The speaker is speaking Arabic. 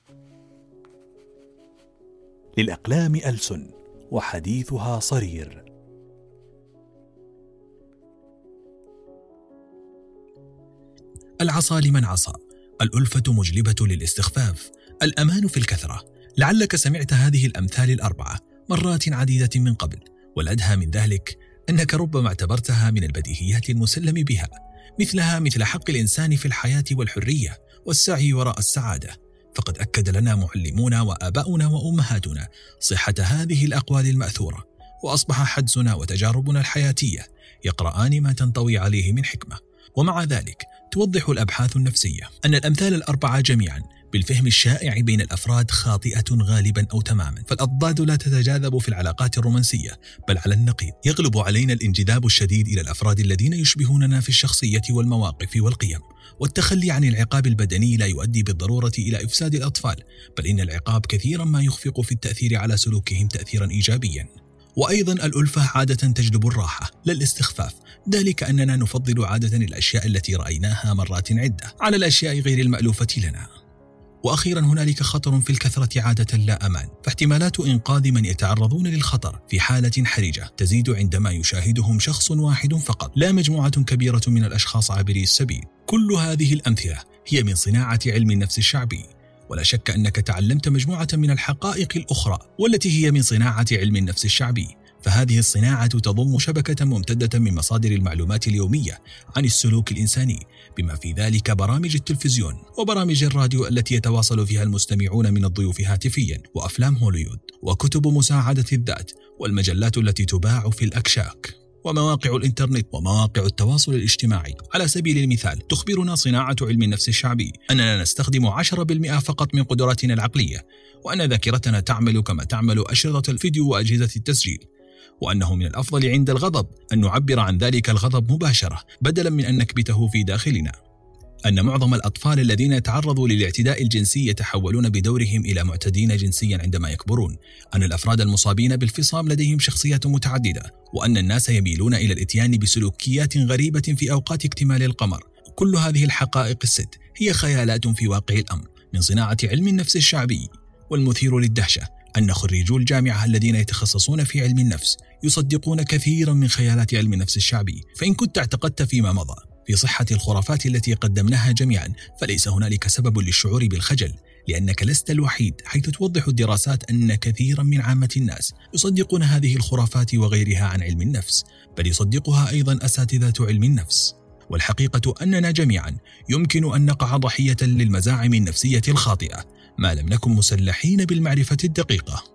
للأقلام ألسن وحديثها صرير. العصا لمن عصى، الألفة مجلبة للاستخفاف، الأمان في الكثرة. لعلك سمعت هذه الأمثال ال4 مرات عديدة من قبل، والأدهى من ذلك أنك ربما اعتبرتها من البديهيات المسلم بها، مثلها مثل حق الإنسان في الحياة والحرية والسعي وراء السعادة. فقد أكد لنا معلمونا وآباؤنا وأمهاتنا صحة هذه الأقوال المأثورة، وأصبح حدسنا وتجاربنا الحياتية يقرآن ما تنطوي عليه من حكمة. ومع ذلك توضح الأبحاث النفسية أن الأمثال ال4 جميعا بالفهم الشائع بين الأفراد خاطئة غالبا أو تماما، فالأضداد لا تتجاذب في العلاقات الرومانسية، بل على النقيض. يغلب علينا الانجذاب الشديد إلى الأفراد الذين يشبهوننا في الشخصية والمواقف والقيم، والتخلي عن العقاب البدني لا يؤدي بالضرورة إلى إفساد الأطفال، بل إن العقاب كثيرا ما يخفق في التأثير على سلوكهم تأثيرا إيجابيا. وأيضا الألفة عادة تجلب الراحة لا الاستخفاف، ذلك أننا نفضل عادة الأشياء التي رأيناها مرات عدة على الأشياء غير المألوفة لنا. وأخيرا هنالك خطر في الكثرة عادة لا أمان، فاحتمالات إنقاذ من يتعرضون للخطر في حالة حرجة تزيد عندما يشاهدهم شخص واحد فقط، لا مجموعة كبيرة من الأشخاص عابري السبيل. كل هذه الأمثلة هي من صناعة علم النفس الشعبي، ولا شك أنك تعلمت مجموعة من الحقائق الأخرى والتي هي من صناعة علم النفس الشعبي. فهذه الصناعة تضم شبكة ممتدة من مصادر المعلومات اليومية عن السلوك الإنساني، بما في ذلك برامج التلفزيون وبرامج الراديو التي يتواصل فيها المستمعون من الضيوف هاتفيا، وأفلام هوليوود، وكتب مساعدة الذات، والمجلات التي تباع في الأكشاك، ومواقع الإنترنت ومواقع التواصل الاجتماعي. على سبيل المثال تخبرنا صناعة علم النفس الشعبي أننا نستخدم 10% فقط من قدراتنا العقلية، وأن ذاكرتنا تعمل كما تعمل أشرطة الفيديو وأجهزة التسجيل، وأنه من الأفضل عند الغضب أن نعبر عن ذلك الغضب مباشرة بدلا من أن نكبته في داخلنا، أن معظم الأطفال الذين يتعرضوا للاعتداء الجنسي يتحولون بدورهم إلى معتدين جنسيا عندما يكبرون، أن الأفراد المصابين بالفصام لديهم شخصيات متعددة، وأن الناس يميلون إلى الإتيان بسلوكيات غريبة في أوقات اكتمال القمر. كل هذه الحقائق الست هي خيالات في واقع الأمر من صناعة علم النفس الشعبي. والمثير للدهشة أن خريجو الجامعة الذين يتخصصون في علم النفس يصدقون كثيرا من خيالات علم النفس الشعبي. فإن كنت اعتقدت فيما مضى في صحة الخرافات التي قدمناها جميعا، فليس هنالك سبب للشعور بالخجل، لأنك لست الوحيد، حيث توضح الدراسات أن كثيرا من عامة الناس يصدقون هذه الخرافات وغيرها عن علم النفس، بل يصدقها أيضا أساتذة علم النفس. والحقيقة أننا جميعا يمكن أن نقع ضحية للمزاعم النفسية الخاطئة ما لم نكن مسلحين بالمعرفة الدقيقة.